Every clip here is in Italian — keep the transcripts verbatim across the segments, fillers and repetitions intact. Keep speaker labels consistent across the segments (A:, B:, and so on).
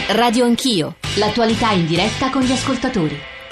A: Radio Anch'io, l'attualità in diretta con gli ascoltatori.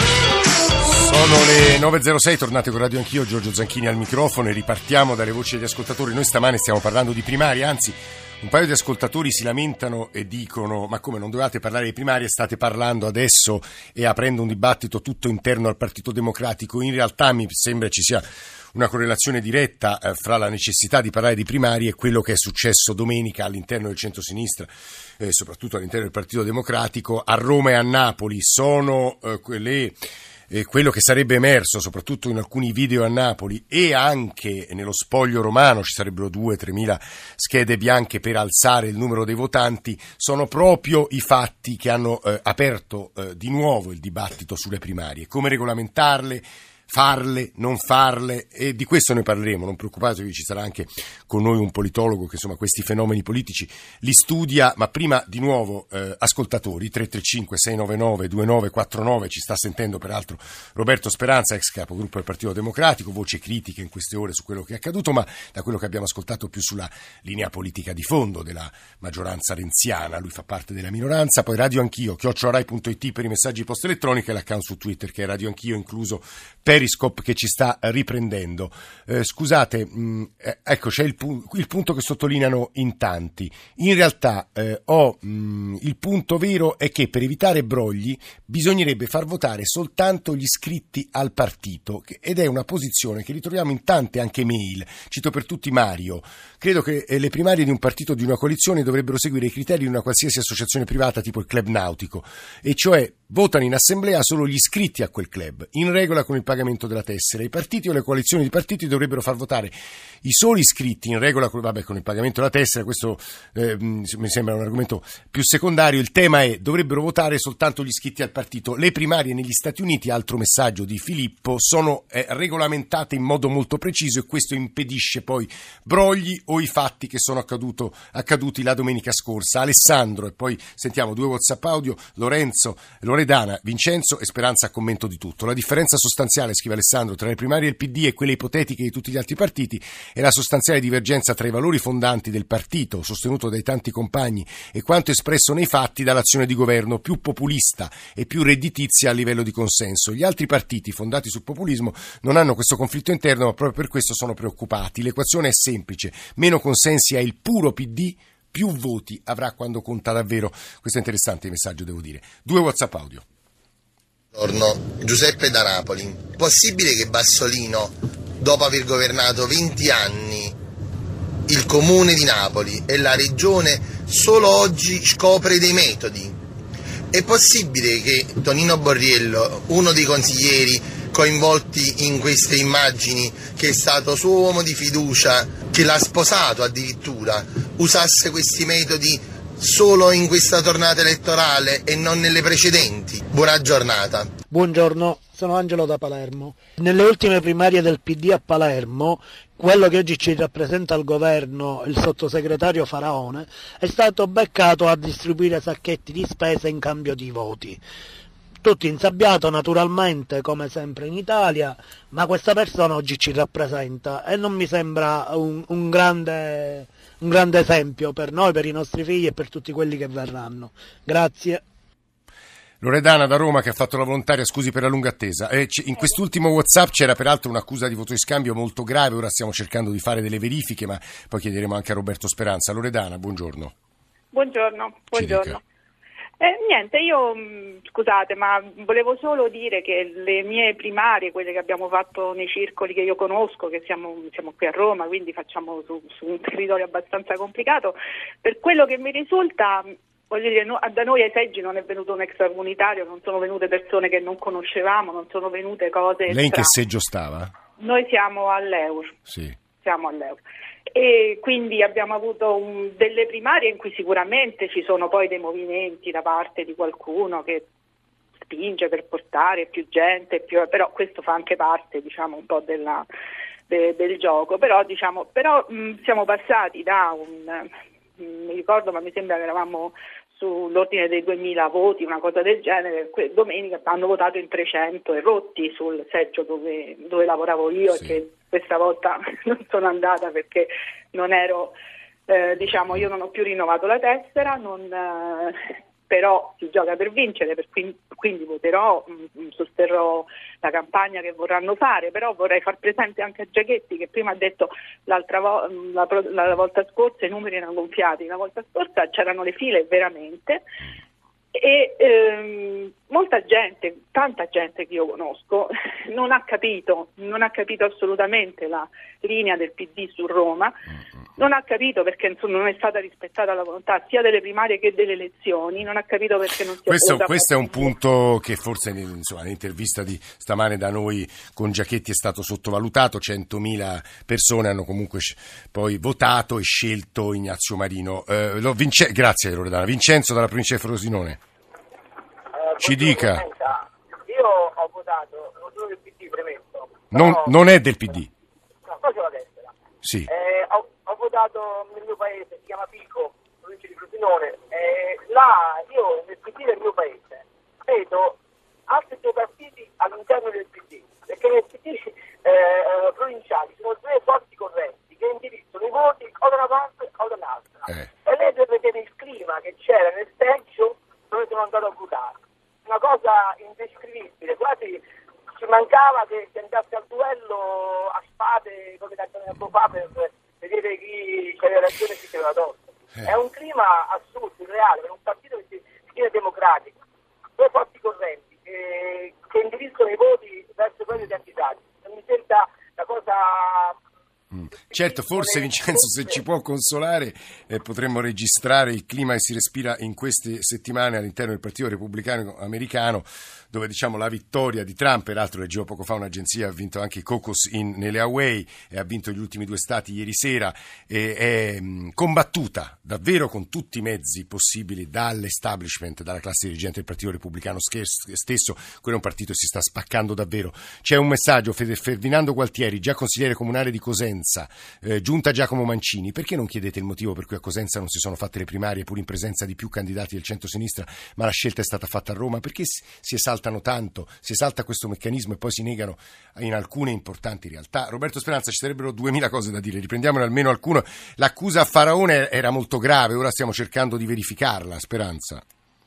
B: Sono le nove e zero sei, tornate con Radio Anch'io, Giorgio Zanchini al microfono e ripartiamo dalle voci degli ascoltatori. Noi stamane stiamo parlando di primarie, anzi un paio di ascoltatori si lamentano e dicono: ma come, non dovevate parlare di primarie, state parlando adesso e aprendo un dibattito tutto interno al Partito Democratico. In realtà mi sembra ci sia una correlazione diretta eh, fra la necessità di parlare di primarie e quello che è successo domenica all'interno del centrosinistra, eh, soprattutto all'interno del Partito Democratico, a Roma e a Napoli. Sono eh, quelle... Eh, quello che sarebbe emerso soprattutto in alcuni video a Napoli e anche nello spoglio romano, ci sarebbero due o tremila schede bianche per alzare il numero dei votanti, sono proprio i fatti che hanno eh, aperto eh, di nuovo il dibattito sulle primarie. Come regolamentarle, farle, non farle, e di questo noi parleremo. Non preoccupatevi, ci sarà anche con noi un politologo che insomma questi fenomeni politici li studia. Ma prima di nuovo eh, ascoltatori, tre tre cinque sei nove nove due nove quattro nove, ci sta sentendo peraltro Roberto Speranza, ex capogruppo del Partito Democratico, voce critiche in queste ore su quello che è accaduto, ma da quello che abbiamo ascoltato più sulla linea politica di fondo della maggioranza renziana. Lui fa parte della minoranza. Poi Radio Anch'io, chiocciola rai punto it per i messaggi post elettronici, e l'account su Twitter che è Radio Anch'io, incluso Periscope, che ci sta riprendendo. Eh, scusate, mh, eh, ecco, c'è il, pu- il punto che sottolineano in tanti. In realtà eh, ho, mh, il punto vero è che per evitare brogli bisognerebbe far votare soltanto gli iscritti al partito, che, ed è una posizione che ritroviamo in tante anche mail. Cito per tutti Mario: credo che eh, le primarie di un partito o di una coalizione dovrebbero seguire i criteri di una qualsiasi associazione privata tipo il club nautico, e cioè votano in assemblea solo gli iscritti a quel club, in regola con il pagamento della tessera. I partiti o le coalizioni di partiti dovrebbero far votare i soli iscritti, in regola con, vabbè, con il pagamento della tessera. Questo eh, mi sembra un argomento più secondario. Il tema è: dovrebbero votare soltanto gli iscritti al partito. Le primarie negli Stati Uniti, altro messaggio di Filippo, sono eh, regolamentate in modo molto preciso, e questo impedisce poi brogli o i fatti che sono accaduto, accaduti la domenica scorsa. Alessandro, e poi sentiamo due WhatsApp audio, Lorenzo, Loredana, Vincenzo e Speranza a commento di tutto. La differenza sostanziale, scrive Alessandro, tra le primarie del P D e quelle ipotetiche di tutti gli altri partiti è la sostanziale divergenza tra i valori fondanti del partito, sostenuto dai tanti compagni, e quanto espresso nei fatti dall'azione di governo, più populista e più redditizia a livello di consenso. Gli altri partiti fondati sul populismo non hanno questo conflitto interno, ma proprio per questo sono preoccupati. L'equazione è semplice: meno consensi ha il puro P D, più voti avrà quando conta davvero. Questo è interessante il messaggio, devo dire. Due WhatsApp audio.
C: Buongiorno, Giuseppe da Napoli. Possibile che Bassolino, dopo aver governato venti anni il comune di Napoli e la regione, solo oggi scopre dei metodi? È possibile che Tonino Borriello, uno dei consiglieri coinvolti in queste immagini, che è stato suo uomo di fiducia, che l'ha sposato addirittura, usasse questi metodi solo in questa tornata elettorale e non nelle precedenti? Buona giornata.
D: Buongiorno, sono Angelo da Palermo. Nelle ultime primarie del P D a Palermo, quello che oggi ci rappresenta al governo, il sottosegretario Faraone, è stato beccato a distribuire sacchetti di spesa in cambio di voti. Tutto insabbiato naturalmente, come sempre in Italia, ma questa persona oggi ci rappresenta e non mi sembra un, un grande... un grande esempio per noi, per i nostri figli e per tutti quelli che verranno. Grazie.
B: Loredana da Roma, che ha fatto la volontaria, scusi per la lunga attesa. Eh, in quest'ultimo WhatsApp c'era peraltro un'accusa di voto di scambio molto grave, ora stiamo cercando di fare delle verifiche, ma poi chiederemo anche a Roberto Speranza. Loredana, buongiorno.
E: Buongiorno, buongiorno. Eh, niente, io mh, scusate, ma volevo solo dire che le mie primarie, quelle che abbiamo fatto nei circoli che io conosco, che siamo, siamo qui a Roma, quindi facciamo su, su un territorio abbastanza complicato, per quello che mi risulta, voglio dire, no, da noi ai seggi non è venuto un extracomunitario, non sono venute persone che non conoscevamo, non sono venute cose.
B: Lei in che
E: strane.
B: seggio stava?
E: Noi siamo all'Eur.
B: Sì.
E: Siamo all'Eur. E quindi abbiamo avuto un, delle primarie in cui sicuramente ci sono poi dei movimenti da parte di qualcuno che spinge per portare più gente, più, però questo fa anche parte, diciamo, un po' della, de, del gioco. Però, diciamo, però mh, siamo passati da un, mh, mi ricordo, ma mi sembra che eravamo sull'ordine dei duemila voti, una cosa del genere. Que- domenica hanno votato in trecento e rotti sul seggio dove, dove lavoravo io, sì. E che questa volta non sono andata perché non ero, eh, diciamo, io non ho più rinnovato la tessera, non, eh, però si gioca per vincere, per quindi, quindi voterò, mh, sosterrò la campagna che vorranno fare, però vorrei far presente anche a Giachetti che prima ha detto l'altra vo- la, la, la volta scorsa i numeri erano gonfiati, la volta scorsa c'erano le file veramente e ehm, molta gente, tanta gente che io conosco non ha capito, non ha capito assolutamente la linea del P D su Roma. Non ha capito perché insomma, non è stata rispettata la volontà sia delle primarie che delle elezioni, non ha capito perché non si è
B: questo,
E: votato.
B: Questo è un punto che forse insomma, nell'intervista di stamane da noi con Giachetti è stato sottovalutato. centomila persone hanno comunque poi votato e scelto Ignazio Marino. Eh, lo, Vince, grazie Loredana. Vincenzo dalla provincia di Frosinone.
F: Eh,
B: Ci dica.
F: Io ho votato, non sono del P D, premetto.
B: Non,
F: però,
B: non è del P D.
F: No, poi c'è la destra.
B: Sì.
F: Eh, ho, ho votato nel mio paese, si chiama Pico, provincia di Frosinone, e là io nel P D del mio paese vedo altri due partiti all'interno del P D, perché nel P D eh, provinciali sono due forti correnti che indirizzano i voti o da una parte o dall'altra.
B: Eh.
F: E lei deve vedere il clima che c'era nel seggio dove sono andato a votare. Una cosa indescrivibile, quasi ci mancava che si andasse al duello a spade come da tempo fa per vedere chi aveva ragione e chi aveva torto.
B: Eh.
F: È un clima assurdo, irreale, per un partito che si viene democratico, due forti correnti che, che indirizzano i voti verso quelli candidati. Mi sembra la cosa...
B: Mm. Certo, forse Vincenzo, se ci può consolare, eh, potremmo registrare il clima che si respira in queste settimane all'interno del Partito Repubblicano Americano, dove diciamo la vittoria di Trump, peraltro leggevo poco fa un'agenzia, ha vinto anche i caucus in, nelle Hawaii e ha vinto gli ultimi due stati ieri sera, e, è mh, combattuta davvero con tutti i mezzi possibili dall'establishment, dalla classe dirigente del Partito Repubblicano stesso. Quello è un partito che si sta spaccando davvero. C'è un messaggio, Ferdinando Gualtieri, già consigliere comunale di Cosenza, eh, giunta Giacomo Mancini: perché non chiedete il motivo per cui a Cosenza non si sono fatte le primarie pur in presenza di più candidati del centro-sinistra, ma la scelta è stata fatta a Roma? Perché si esaltano tanto, si esalta questo meccanismo e poi si negano in alcune importanti realtà? Roberto Speranza, ci sarebbero duemila cose da dire, riprendiamone almeno alcune. L'accusa a Faraone era molto grave, ora stiamo cercando di verificarla. Speranza.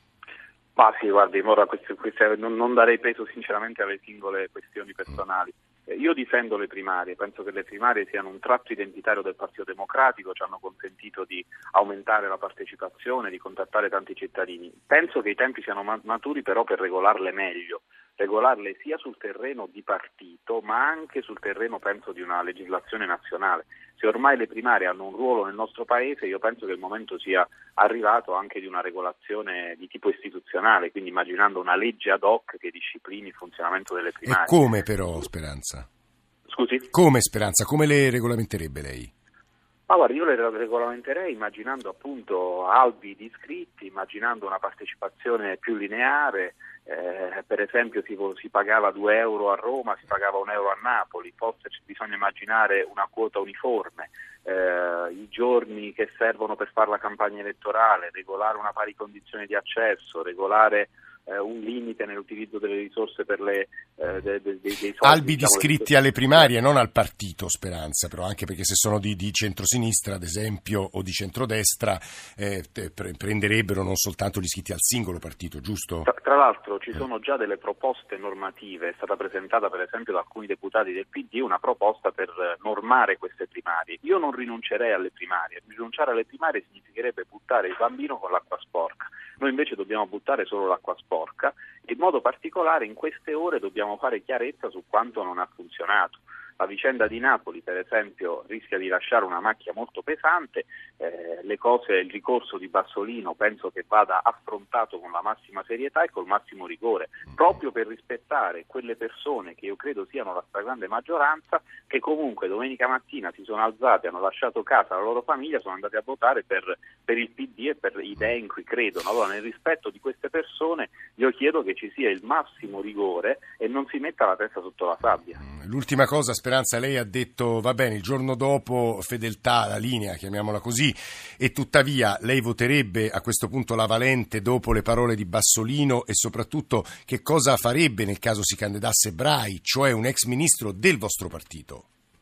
G: Ma sì, guardi, ora queste, queste, non, non darei peso sinceramente alle singole questioni personali. Io difendo le primarie, penso che le primarie siano un tratto identitario del Partito Democratico, ci hanno consentito di aumentare la partecipazione, di contattare tanti cittadini. Penso che i tempi siano maturi però per regolarle meglio, regolarle sia sul terreno di partito ma anche sul terreno, penso, di una legislazione nazionale. Se ormai le primarie hanno un ruolo nel nostro Paese, io penso che il momento sia arrivato anche di una regolazione di tipo istituzionale, quindi immaginando una legge ad hoc che disciplini il funzionamento delle primarie.
B: E come però, Speranza?
G: Scusi?
B: Come, Speranza? Come le regolamenterebbe lei?
G: Ma guarda, io le regolamenterei immaginando appunto albi di iscritti, immaginando una partecipazione più lineare. Eh, per esempio si, si pagava due euro a Roma, si pagava un euro a Napoli, forse bisogna immaginare una quota uniforme, eh, i giorni che servono per fare la campagna elettorale, regolare una pari condizione di accesso, regolare eh, un limite nell'utilizzo delle risorse per le eh, de, de, de, dei soldi.
B: Albi di
G: diciamo,
B: iscritti alle primarie, non al partito, Speranza, però anche perché se sono di, di centrosinistra, ad esempio, o di centrodestra, eh, pre- prenderebbero non soltanto gli iscritti al singolo partito, giusto?
G: Tra, tra l'altro ci sono già delle proposte normative, è stata presentata per esempio da alcuni deputati del P D una proposta per normare queste primarie. Io non rinuncerei alle primarie, rinunciare alle primarie significherebbe buttare il bambino con l'acqua sporca. Noi invece dobbiamo buttare solo l'acqua sporca e in modo particolare in queste ore dobbiamo fare chiarezza su quanto non ha funzionato. La vicenda di Napoli, per esempio, rischia di lasciare una macchia molto pesante, eh, le cose, il ricorso di Bassolino penso che vada affrontato con la massima serietà e col massimo rigore, proprio per rispettare quelle persone che io credo siano la stragrande maggioranza, che comunque domenica mattina si sono alzate, hanno lasciato casa, la loro famiglia, sono andate a votare per, per il P D e per idee in cui credono. Allora, nel rispetto di queste persone, io chiedo che ci sia il massimo rigore e non si metta la testa sotto la sabbia.
B: L'ultima cosa, Speranza, lei ha detto va bene, il giorno dopo fedeltà alla linea, chiamiamola così, e tuttavia lei voterebbe a questo punto la Valente dopo le parole di Bassolino, e soprattutto che cosa farebbe nel caso si candidasse Brai, cioè un ex ministro del vostro partito?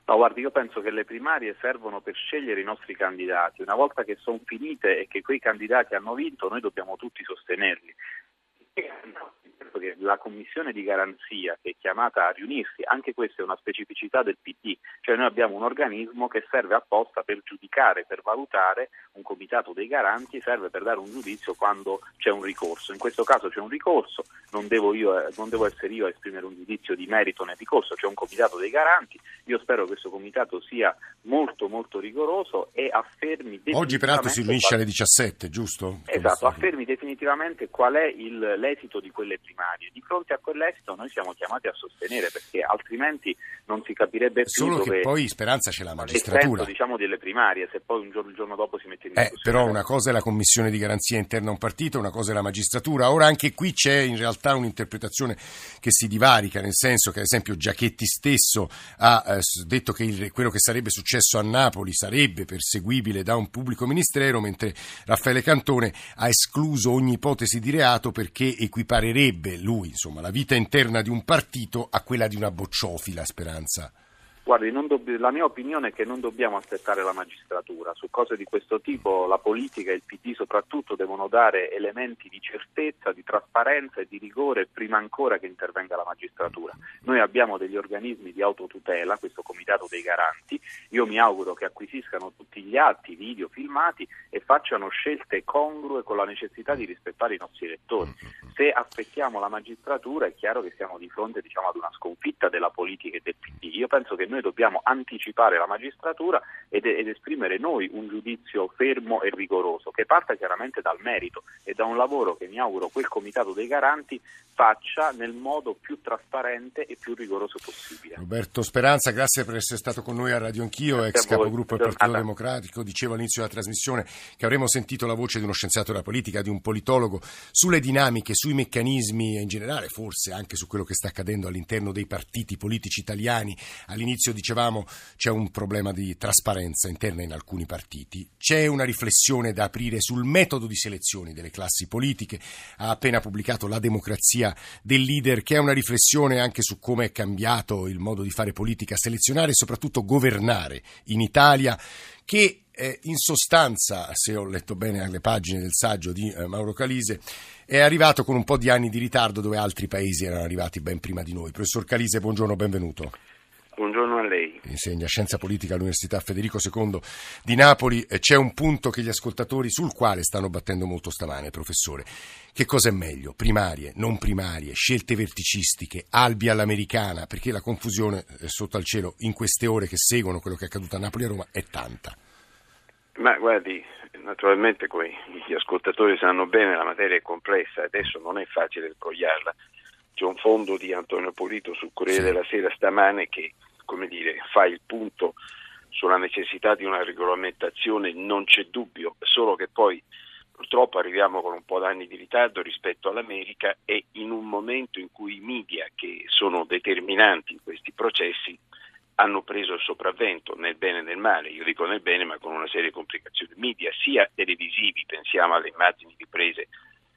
G: No, guardi, io penso che le primarie servono per scegliere i nostri candidati. Una volta che sono finite e che quei candidati hanno vinto, noi dobbiamo tutti sostenerli. Che la commissione di garanzia che è chiamata a riunirsi, anche questa è una specificità del P D, cioè noi abbiamo un organismo che serve apposta per giudicare, per valutare, un comitato dei garanti serve per dare un giudizio quando c'è un ricorso. In questo caso c'è un ricorso, non devo, io, non devo essere io a esprimere un giudizio di merito nel ricorso, c'è un comitato dei garanti, io spero che questo comitato sia molto molto rigoroso e affermi definitivamente...
B: Oggi peraltro si riunisce alle diciassette, giusto?
G: Esatto, affermi definitivamente qual è il, l'esito di quelle primarie. Di fronte a quell'esito noi siamo chiamati a sostenere, perché altrimenti non si capirebbe più
B: solo
G: dove...
B: che poi Speranza c'è la magistratura.
G: Il senso, diciamo, delle primarie, se poi un giorno, il giorno dopo si mette in discussione.
B: Eh, però una cosa è la commissione di garanzia interna a un partito, una cosa è la magistratura. Ora anche qui c'è in realtà un'interpretazione che si divarica, nel senso che ad esempio Giachetti stesso ha eh, detto che il, quello che sarebbe successo a Napoli sarebbe perseguibile da un pubblico ministero, mentre Raffaele Cantone ha escluso ogni ipotesi di reato perché equiparerebbe lui, insomma, la vita interna di un partito a quella di una bocciofila. Speranza.
G: Guardi, non dobb- la mia opinione è che non dobbiamo aspettare la magistratura. Su cose di questo tipo la politica e il P D soprattutto devono dare elementi di certezza, di trasparenza e di rigore prima ancora che intervenga la magistratura. Noi abbiamo degli organismi di autotutela, questo comitato dei garanti, io mi auguro che acquisiscano tutti gli atti, video, filmati e facciano scelte congrue con la necessità di rispettare i nostri elettori. Se aspettiamo la magistratura è chiaro che siamo di fronte, diciamo, ad una sconfitta della politica e del P D. Io penso che noi dobbiamo anticipare la magistratura ed, ed esprimere noi un giudizio fermo e rigoroso che parta chiaramente dal merito e da un lavoro che mi auguro quel comitato dei garanti faccia nel modo più trasparente e più rigoroso possibile.
B: Roberto Speranza, grazie per essere stato con noi a Radio Anch'io, ex capogruppo del Partito Democratico. Dicevo all'inizio della trasmissione che avremmo sentito la voce di uno scienziato della politica, di un politologo, sulle dinamiche, sui meccanismi e in generale forse anche su quello che sta accadendo all'interno dei partiti politici italiani. All'inizio dicevamo c'è un problema di trasparenza interna in alcuni partiti, c'è una riflessione da aprire sul metodo di selezione delle classi politiche, ha appena pubblicato La democrazia del leader, che è una riflessione anche su come è cambiato il modo di fare politica, selezionare e soprattutto governare in Italia, che eh, in sostanza, se ho letto bene le pagine del saggio di eh, Mauro Calise, è arrivato con un po' di anni di ritardo dove altri paesi erano arrivati ben prima di noi. Professor Calise, buongiorno, benvenuto.
H: Buongiorno a lei.
B: Insegna scienza politica all'Università Federico secondo di Napoli. C'è un punto che gli ascoltatori sul quale stanno battendo molto stamane, professore. Che cosa è meglio? Primarie, non primarie, scelte verticistiche, albi all'americana? Perché la confusione sotto al cielo in queste ore che seguono quello che è accaduto a Napoli e a Roma è tanta.
H: Ma guardi, naturalmente gli ascoltatori sanno bene la materia è complessa e adesso non è facile sbrogliarla. C'è un fondo di Antonio Polito sul Corriere sì. della Sera stamane che, come dire, fa il punto sulla necessità di una regolamentazione, non c'è dubbio, solo che poi purtroppo arriviamo con un po' d'anni di ritardo rispetto all'America e in un momento in cui i media, che sono determinanti in questi processi, hanno preso il sopravvento nel bene e nel male. Io dico nel bene, ma con una serie di complicazioni. Media sia televisivi, pensiamo alle immagini riprese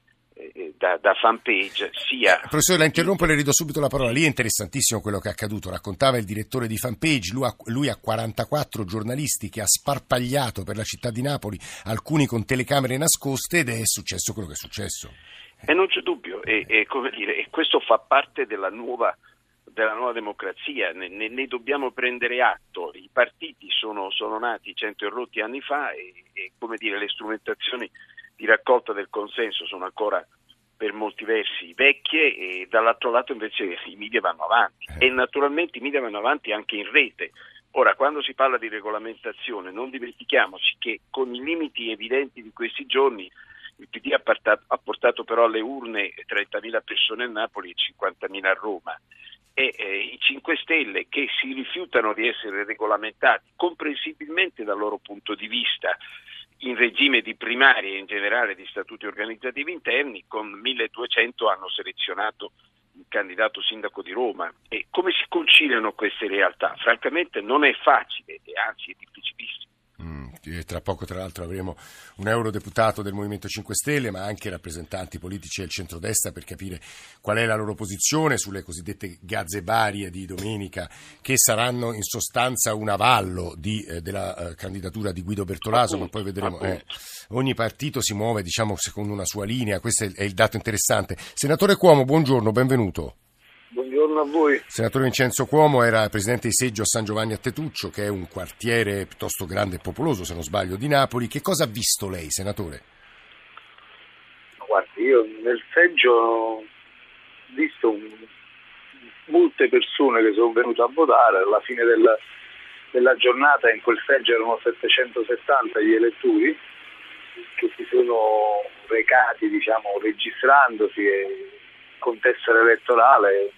H: Da, da fanpage sia...
B: Eh, professore, la interrompo e le ridò subito la parola. Lì è interessantissimo quello che è accaduto. Raccontava il direttore di fanpage, lui ha, lui ha quarantaquattro giornalisti che ha sparpagliato per la città di Napoli, alcuni con telecamere nascoste, ed è successo quello che è successo.
H: E non c'è dubbio, e, e, come dire, e questo fa parte della nuova, della nuova democrazia, ne, ne, ne dobbiamo prendere atto. I partiti sono, sono nati cento e rotti anni fa e, e come dire, le strumentazioni di raccolta del consenso sono ancora per molti versi vecchie e dall'altro lato invece i media vanno avanti e naturalmente i media vanno avanti anche in rete. Ora, quando si parla di regolamentazione non dimentichiamoci che con i limiti evidenti di questi giorni il P D ha portato, ha portato però alle urne trentamila persone a Napoli e cinquantamila a Roma e eh, i cinque Stelle che si rifiutano di essere regolamentati comprensibilmente dal loro punto di vista in regime di primarie e in generale di statuti organizzativi interni, con milleduecento hanno selezionato il candidato sindaco di Roma. E come si conciliano queste realtà? Francamente non è facile, e anzi è difficilissimo.
B: Mm, tra poco tra l'altro avremo un eurodeputato del Movimento cinque Stelle, ma anche rappresentanti politici del centrodestra per capire qual è la loro posizione sulle cosiddette gazebarie di domenica, che saranno in sostanza un avallo di, eh, della eh, candidatura di Guido Bertolaso, ma poi vedremo. Eh, ogni partito si muove, diciamo, secondo una sua linea, questo è, è il dato interessante. Senatore Cuomo, buongiorno, benvenuto.
I: Buongiorno a voi.
B: Senatore Vincenzo Cuomo era presidente di seggio a San Giovanni a Tetuccio, che è un quartiere piuttosto grande e popoloso, se non sbaglio, di Napoli. Che cosa ha visto lei, senatore?
I: Guardi, io nel seggio ho visto un, molte persone che sono venute a votare. Alla fine del, della giornata in quel seggio erano settecentosettanta gli elettori che si sono recati, diciamo, registrandosi e con tessera elettorale,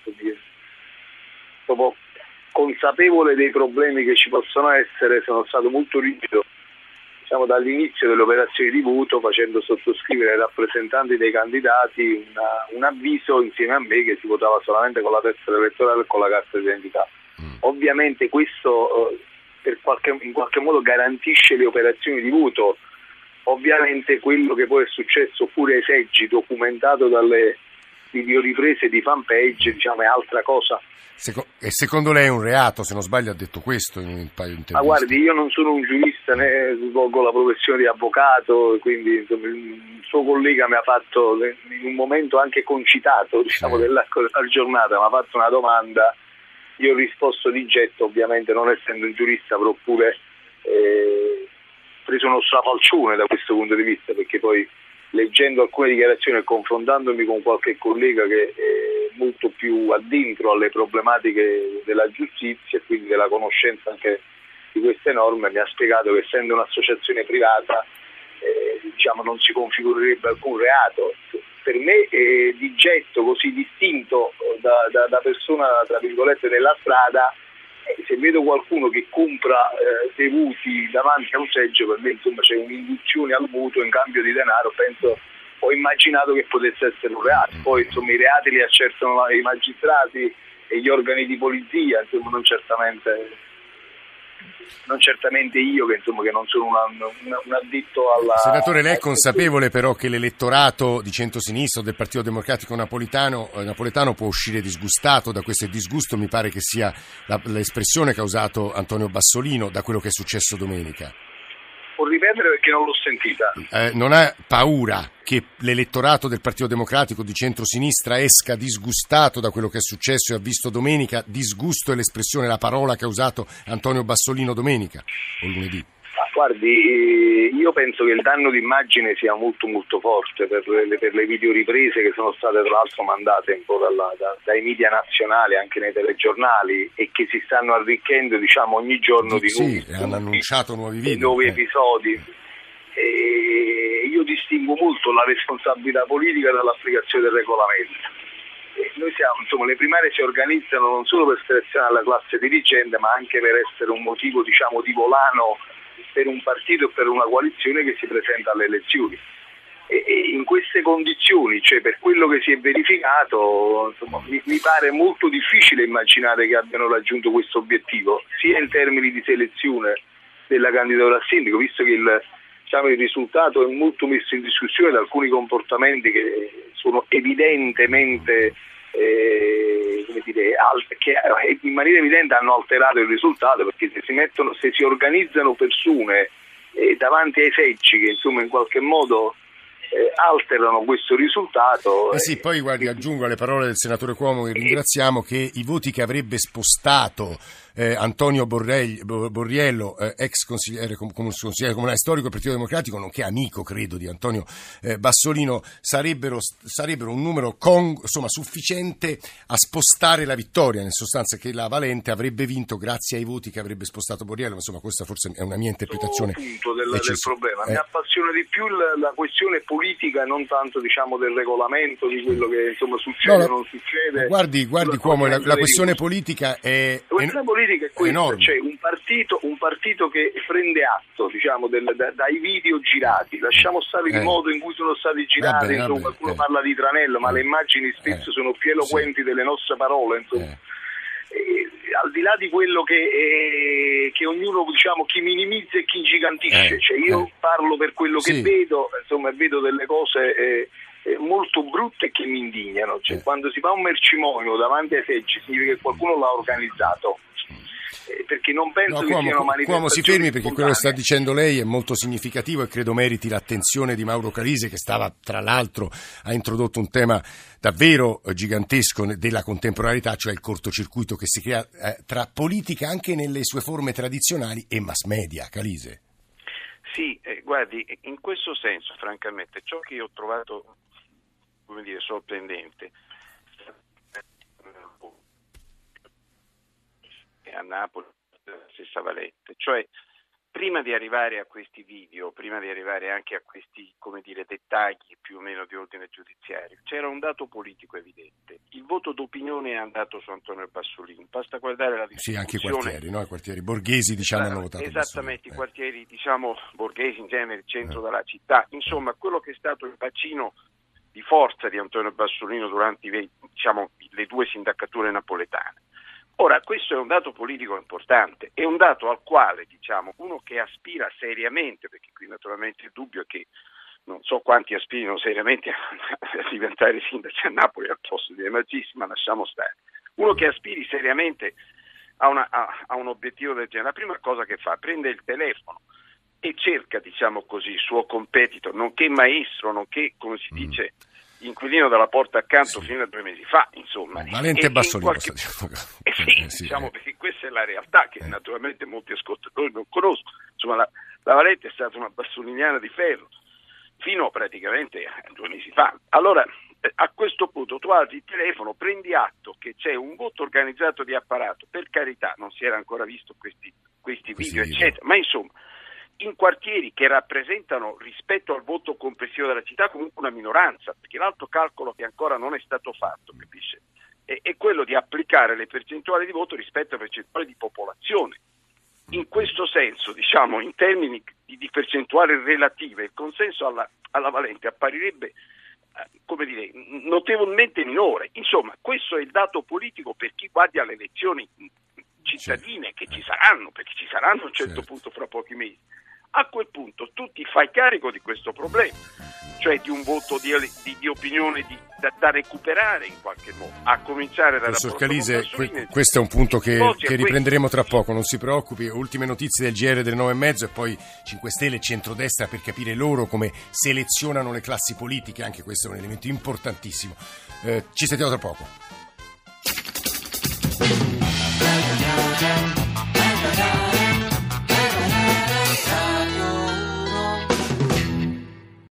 I: proprio consapevole dei problemi che ci possono essere. Sono stato molto rigido, diciamo, dall'inizio delle operazioni di voto, facendo sottoscrivere ai rappresentanti dei candidati una, un avviso insieme a me che si votava solamente con la tessera elettorale e con la carta d'identità. Mm. Ovviamente questo eh, per qualche, in qualche modo garantisce le operazioni di voto. Ovviamente quello che poi è successo pure ai seggi, documentato dalle videoriprese di fanpage, diciamo, è altra cosa.
B: Seco- e secondo lei è un reato, se non sbaglio ha detto questo in un paio di interviste?
I: Ma guardi, io non sono un giurista né svolgo la professione di avvocato, quindi insomma, il suo collega mi ha fatto in un momento anche concitato, diciamo, sì, dell'arco della giornata, mi ha fatto una domanda, io ho risposto di getto, ovviamente non essendo un giurista, però pure eh, preso uno strafalcione da questo punto di vista, perché poi leggendo alcune dichiarazioni e confrontandomi con qualche collega che è molto più addentro alle problematiche della giustizia e quindi della conoscenza anche di queste norme, mi ha spiegato che essendo un'associazione privata eh, diciamo non si configurerebbe alcun reato. Per me è di getto, così distinto da, da, da persona tra virgolette della strada, eh, se vedo qualcuno che compra eh, dei voti davanti a un seggio, per me insomma c'è un'induzione al voto in cambio di denaro, penso, ho immaginato che potesse essere un reato. Poi insomma i reati li accertano i magistrati e gli organi di polizia, insomma non certamente non certamente io che insomma che non sono una, una, un addetto alla...
B: Senatore, lei è consapevole però che l'elettorato di centrosinistra del Partito Democratico napolitano, eh, napoletano può uscire disgustato da questo, e disgusto mi pare che sia la, l'espressione che ha usato Antonio Bassolino da quello che è successo domenica?
I: Può ripetere perché non l'ho sentita.
B: Eh, non ha paura che l'elettorato del Partito Democratico di centrosinistra esca disgustato da quello che è successo e ha visto domenica? Disgusto è l'espressione, la parola che ha usato Antonio Bassolino domenica o lunedì.
I: Guardi, io penso che il danno d'immagine sia molto molto forte per le, per le videoriprese che sono state tra l'altro mandate un po' dalla, da, dai media nazionali, anche nei telegiornali, e che si stanno arricchendo, diciamo, ogni giorno di
B: sì,
I: nuovi,
B: sì, hanno annunciato nuovi video,
I: nuovi
B: eh.
I: episodi. E io distingo molto la responsabilità politica dall'applicazione del regolamento. E noi siamo, insomma, le primarie si organizzano non solo per selezionare la classe dirigente, ma anche per essere un motivo, diciamo, di volano per un partito e per una coalizione che si presenta alle elezioni. E, e in queste condizioni, cioè per quello che si è verificato, insomma, mi, mi pare molto difficile immaginare che abbiano raggiunto questo obiettivo, sia in termini di selezione della candidatura a sindaco, visto che il, diciamo, il risultato è molto messo in discussione da alcuni comportamenti che sono evidentemente Eh, come dire, che in maniera evidente hanno alterato il risultato, perché se si mettono, se si organizzano persone eh, davanti ai seggi che insomma in qualche modo eh, alterano questo risultato.
B: Eh sì, poi guardi, aggiungo alle parole del senatore Cuomo, che ringraziamo, che i voti che avrebbe spostato eh, Antonio Borrell, Borriello, eh, ex consigliere, com, consigliere comunale storico del Partito Democratico, nonché amico, credo, di Antonio eh, Bassolino, sarebbero, sarebbero un numero con, insomma, sufficiente a spostare la vittoria, in sostanza che la Valente avrebbe vinto grazie ai voti che avrebbe spostato Borriello. Insomma, questa forse è una mia interpretazione.
I: Punto del, del problema. Eh. Mi appassiona di più la, la questione politica, non tanto, diciamo, del regolamento, di quello che insomma succede o no, non succede.
B: Guardi, guardi Cuomo, la, la questione politica è...
I: La questione politica è questa, c'è un partito, un partito che prende atto, diciamo, del, da, dai video girati, lasciamo stare il eh. modo in cui sono stati girati, vabbè, insomma, vabbè, qualcuno eh. parla di tranello, ma eh. le immagini spesso eh. sono più eloquenti sì. delle nostre parole, insomma. Eh. eh, al di là di quello che, eh, che ognuno, diciamo, chi minimizza e chi ingigantisce,
B: eh,
I: cioè io
B: eh.
I: parlo per quello che
B: sì.
I: vedo, insomma vedo delle cose eh, eh, molto brutte che mi indignano, cioè
B: eh.
I: quando si fa un mercimonio davanti ai seggi significa che qualcuno l'ha organizzato. Eh, perché non penso
B: No,
I: che
B: Cuomo,
I: siano manifestazioni
B: Cuomo, si fermi, perché quello che sta
I: spontanee.
B: dicendo lei è molto significativo e credo meriti l'attenzione di Mauro Calise, che stava, tra l'altro, ha introdotto un tema davvero gigantesco della contemporaneità, cioè il cortocircuito che si crea eh, tra politica anche nelle sue forme tradizionali e mass media. Calise.
H: Sì, eh, guardi, in questo senso, francamente, ciò che io ho trovato, come dire, sorprendente a Napoli, la stessa Valette, cioè prima di arrivare a questi video, prima di arrivare anche a questi, come dire, dettagli più o meno di ordine giudiziario, c'era un dato politico evidente. Il voto d'opinione è andato su Antonio Bassolini, basta guardare la
B: Sì, anche i
H: distribuzione.
B: quartieri, no? I quartieri borghesi, diciamo, hanno votato
H: Esattamente,
B: Bassolini.
H: i quartieri, diciamo, borghesi in genere, il centro eh. della città, insomma, quello che è stato il bacino di forza di Antonio Bassolino durante i, diciamo, le due sindacature napoletane. Ora, questo è un dato politico importante, è un dato al quale, diciamo, uno che aspira seriamente, perché qui naturalmente il dubbio è che non so quanti aspirino seriamente a, a diventare sindaci a Napoli al posto di De Magistris, ma lasciamo stare. Uno che aspiri seriamente a, una, a, a un obiettivo del genere, la prima cosa che fa, prende il telefono e cerca, diciamo così, il suo competitor, nonché maestro, nonché, come si dice, inquilino dalla porta accanto sì. fino a due mesi fa, insomma.
B: Valente e Bassolino.
H: Qualche... Eh sì, eh sì, diciamo, eh. perché questa è la realtà che eh. naturalmente molti ascoltatori non conoscono. Insomma, la, la Valente è stata una bassoliniana di ferro fino praticamente a due mesi fa. Allora, eh, a questo punto tu alzi il telefono, prendi atto che c'è un voto organizzato di apparato, per carità, non si era ancora visto questi, questi video,
B: video,
H: eccetera, ma insomma, in quartieri che rappresentano rispetto al voto complessivo della città comunque una minoranza, perché l'altro calcolo che ancora non è stato fatto, capisce, è, è quello di applicare le percentuali di voto rispetto alle percentuali di popolazione. In questo senso, diciamo, in termini di, di percentuali relative, il consenso alla, alla Valente apparirebbe, eh, come dire, notevolmente minore. Insomma, questo è il dato politico per chi guarda alle elezioni cittadine, che ci saranno, perché ci saranno a un certo, certo. punto fra pochi mesi. A quel punto tu ti fai carico di questo problema, cioè di un voto di, di, di opinione di, da, da recuperare in qualche modo, a cominciare dal
B: Professor Calise,
H: que,
B: questo è un punto che, che riprenderemo tra poco, non si preoccupi. Ultime notizie del G R delle nove e mezzo e poi cinque Stelle e centrodestra per capire loro come selezionano le classi politiche, anche questo è un elemento importantissimo. Eh, ci sentiamo tra poco.